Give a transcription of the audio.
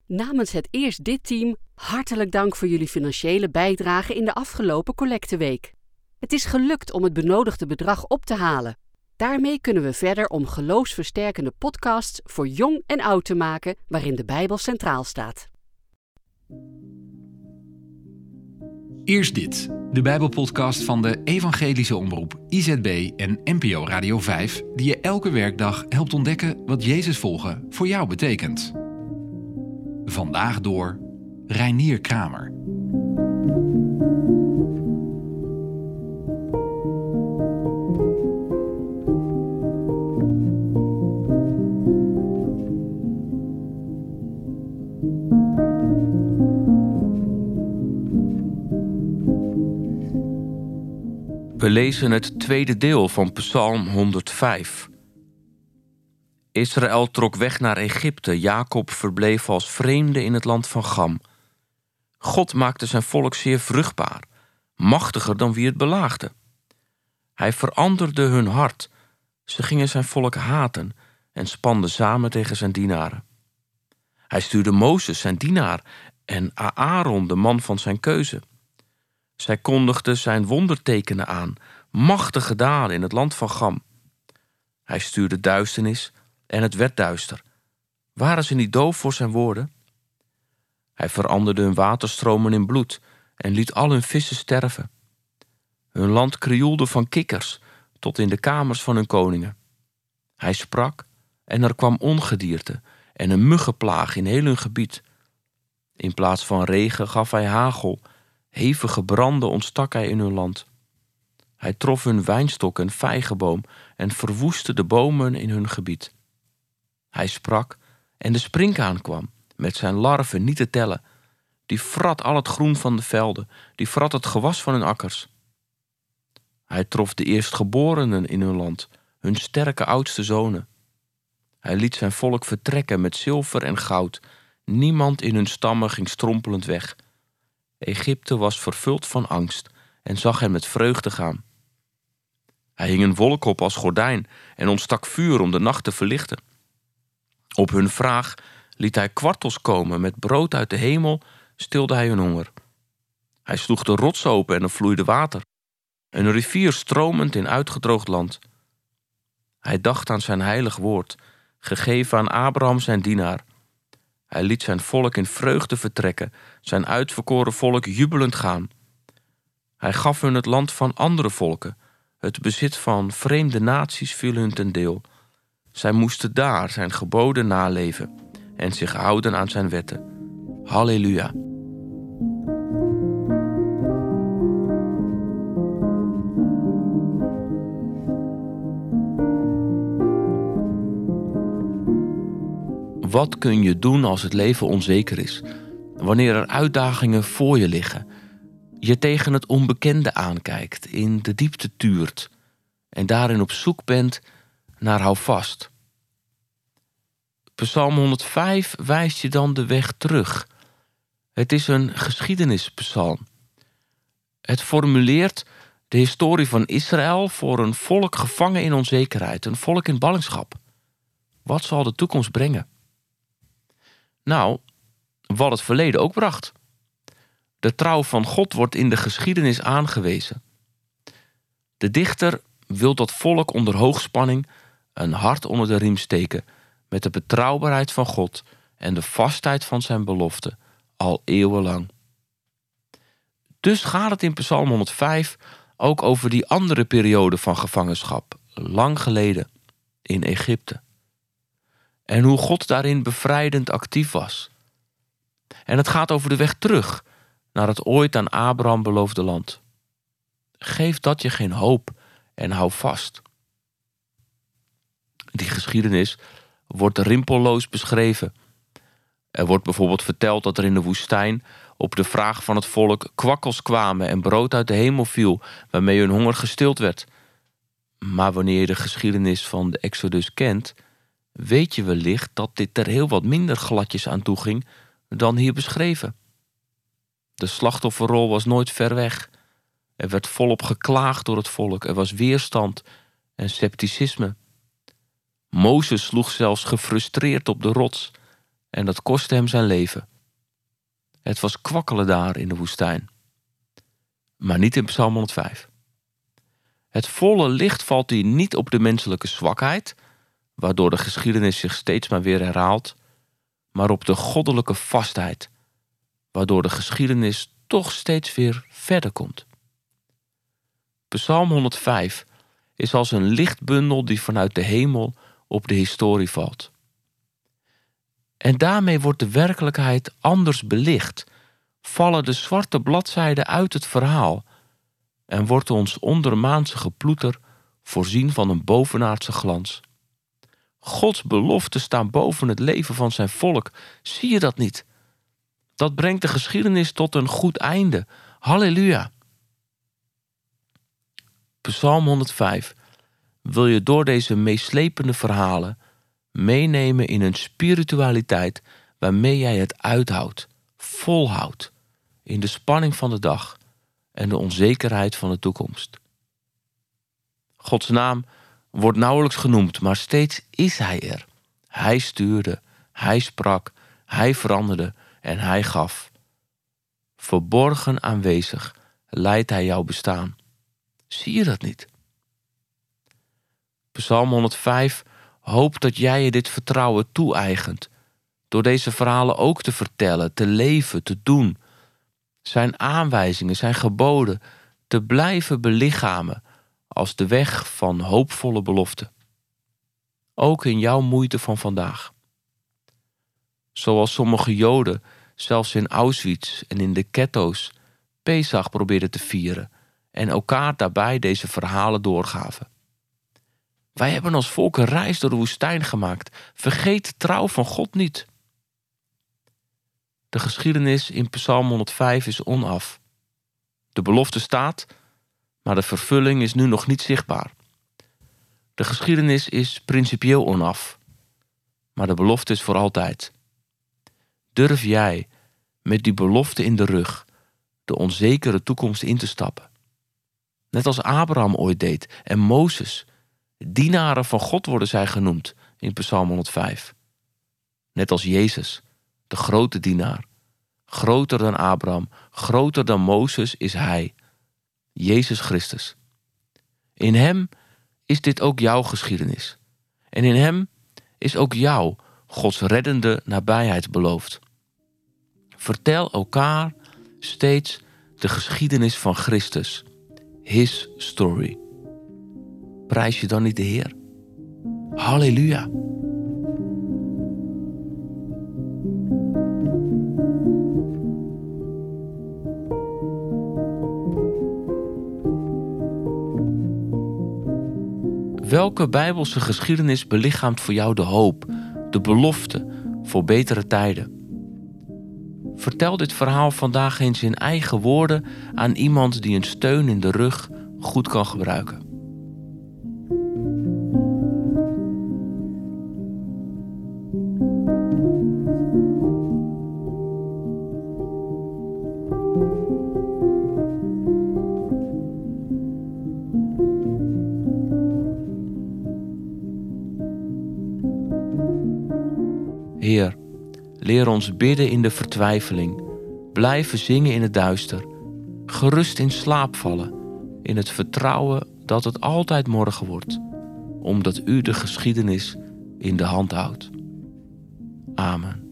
Namens het Eerst Dit team, hartelijk dank voor jullie financiële bijdrage in de afgelopen collecteweek. Het is gelukt om het benodigde bedrag op te halen. Daarmee kunnen we verder om geloofsversterkende podcasts voor jong en oud te maken waarin de Bijbel centraal staat. Eerst dit, de Bijbelpodcast van de Evangelische Omroep IZB en NPO Radio 5, die je elke werkdag helpt ontdekken wat Jezus volgen voor jou betekent. Vandaag door Reinier Kramer. We lezen het tweede deel van Psalm 105. Israël trok weg naar Egypte. Jacob verbleef als vreemde in het land van Cham. God maakte zijn volk zeer vruchtbaar, machtiger dan wie het belaagde. Hij veranderde hun hart. Ze gingen zijn volk haten en spanden samen tegen zijn dienaren. Hij stuurde Mozes, zijn dienaar, en Aaron, de man van zijn keuze. Zij kondigden zijn wondertekenen aan, machtige daden in het land van Cham. Hij stuurde duisternis en het werd duister. Waren ze niet doof voor zijn woorden? Hij veranderde hun waterstromen in bloed en liet al hun vissen sterven. Hun land krioelde van kikkers tot in de kamers van hun koningen. Hij sprak en er kwam ongedierte en een muggenplaag in heel hun gebied. In plaats van regen gaf hij hagel. Hevige branden ontstak hij in hun land. Hij trof hun wijnstok en vijgenboom en verwoestte de bomen in hun gebied. Hij sprak en de sprinkhaan kwam, met zijn larven niet te tellen. Die vrat al het groen van de velden, die vrat het gewas van hun akkers. Hij trof de eerstgeborenen in hun land, hun sterke oudste zonen. Hij liet zijn volk vertrekken met zilver en goud. Niemand in hun stammen ging strompelend weg. Egypte was vervuld van angst en zag hen met vreugde gaan. Hij hing een wolk op als gordijn en ontstak vuur om de nacht te verlichten. Op hun vraag liet hij kwartels komen, met brood uit de hemel stilde hij hun honger. Hij sloeg de rots open en er vloeide water, een rivier stromend in uitgedroogd land. Hij dacht aan zijn heilig woord, gegeven aan Abraham zijn dienaar. Hij liet zijn volk in vreugde vertrekken, zijn uitverkoren volk jubelend gaan. Hij gaf hun het land van andere volken, het bezit van vreemde naties viel hun ten deel. Zij moesten daar zijn geboden naleven en zich houden aan zijn wetten. Halleluja. Wat kun je doen als het leven onzeker is? Wanneer er uitdagingen voor je liggen, je tegen het onbekende aankijkt, in de diepte tuurt en daarin op zoek bent naar houvast. Psalm 105 wijst je dan de weg terug. Het is een geschiedenispsalm. Het formuleert de historie van Israël voor een volk gevangen in onzekerheid, een volk in ballingschap. Wat zal de toekomst brengen? Nou, wat het verleden ook bracht. De trouw van God wordt in de geschiedenis aangewezen. De dichter wil dat volk onder hoogspanning een hart onder de riem steken met de betrouwbaarheid van God en de vastheid van zijn belofte al eeuwenlang. Dus gaat het in Psalm 105 ook over die andere periode van gevangenschap, lang geleden in Egypte. En hoe God daarin bevrijdend actief was. En het gaat over de weg terug naar het ooit aan Abraham beloofde land. Geef dat je geen hoop en hou vast. Die geschiedenis wordt rimpelloos beschreven. Er wordt bijvoorbeeld verteld dat er in de woestijn op de vraag van het volk kwakkels kwamen en brood uit de hemel viel, waarmee hun honger gestild werd. Maar wanneer je de geschiedenis van de Exodus kent, weet je wellicht dat dit er heel wat minder gladjes aan toe ging dan hier beschreven. De slachtofferrol was nooit ver weg. Er werd volop geklaagd door het volk. Er was weerstand en scepticisme. Mozes sloeg zelfs gefrustreerd op de rots. en dat kostte hem zijn leven. Het was kwakkelen daar in de woestijn. Maar niet in Psalm 105. Het volle licht valt hier niet op de menselijke zwakheid, waardoor de geschiedenis zich steeds maar weer herhaalt, maar op de goddelijke vastheid, waardoor de geschiedenis toch steeds weer verder komt. Psalm 105 is als een lichtbundel die vanuit de hemel op de historie valt. En daarmee wordt de werkelijkheid anders belicht, vallen de zwarte bladzijden uit het verhaal en wordt ons ondermaanse geploeter voorzien van een bovenaardse glans. Gods beloften staan boven het leven van zijn volk. Zie je dat niet? Dat brengt de geschiedenis tot een goed einde. Halleluja! Psalm 105 wil je door deze meeslepende verhalen meenemen in een spiritualiteit waarmee jij het uithoudt, volhoudt, in de spanning van de dag en de onzekerheid van de toekomst. Gods naam wordt nauwelijks genoemd, maar steeds is hij er. Hij stuurde, hij sprak, hij veranderde en hij gaf. Verborgen aanwezig leidt hij jouw bestaan. Zie je dat niet? Psalm 105 hoopt dat jij je dit vertrouwen toe-eigent, door deze verhalen ook te vertellen, te leven, te doen, zijn aanwijzingen, zijn geboden, te blijven belichamen als de weg van hoopvolle belofte. Ook in jouw moeite van vandaag. Zoals sommige Joden zelfs in Auschwitz en in de ghetto's Pesach probeerden te vieren en elkaar daarbij deze verhalen doorgaven. Wij hebben als volk een reis door de woestijn gemaakt. Vergeet de trouw van God niet. De geschiedenis in Psalm 105 is onaf. De belofte staat, maar de vervulling is nu nog niet zichtbaar. De geschiedenis is principieel onaf, maar de belofte is voor altijd. Durf jij met die belofte in de rug de onzekere toekomst in te stappen? Net als Abraham ooit deed en Mozes. Dienaren van God worden zij genoemd in Psalm 105. Net als Jezus, de grote dienaar. Groter dan Abraham, groter dan Mozes is hij. Jezus Christus. In hem is dit ook jouw geschiedenis. En in hem is ook jou Gods reddende nabijheid beloofd. Vertel elkaar steeds de geschiedenis van Christus. His story. Prijs je dan niet de Heer? Halleluja! Welke Bijbelse geschiedenis belichaamt voor jou de hoop, de belofte voor betere tijden? Vertel dit verhaal vandaag eens in eigen woorden aan iemand die een steun in de rug goed kan gebruiken. Heer, leer ons bidden in de vertwijfeling, blijven zingen in het duister, gerust in slaap vallen, in het vertrouwen dat het altijd morgen wordt, omdat U de geschiedenis in de hand houdt. Amen.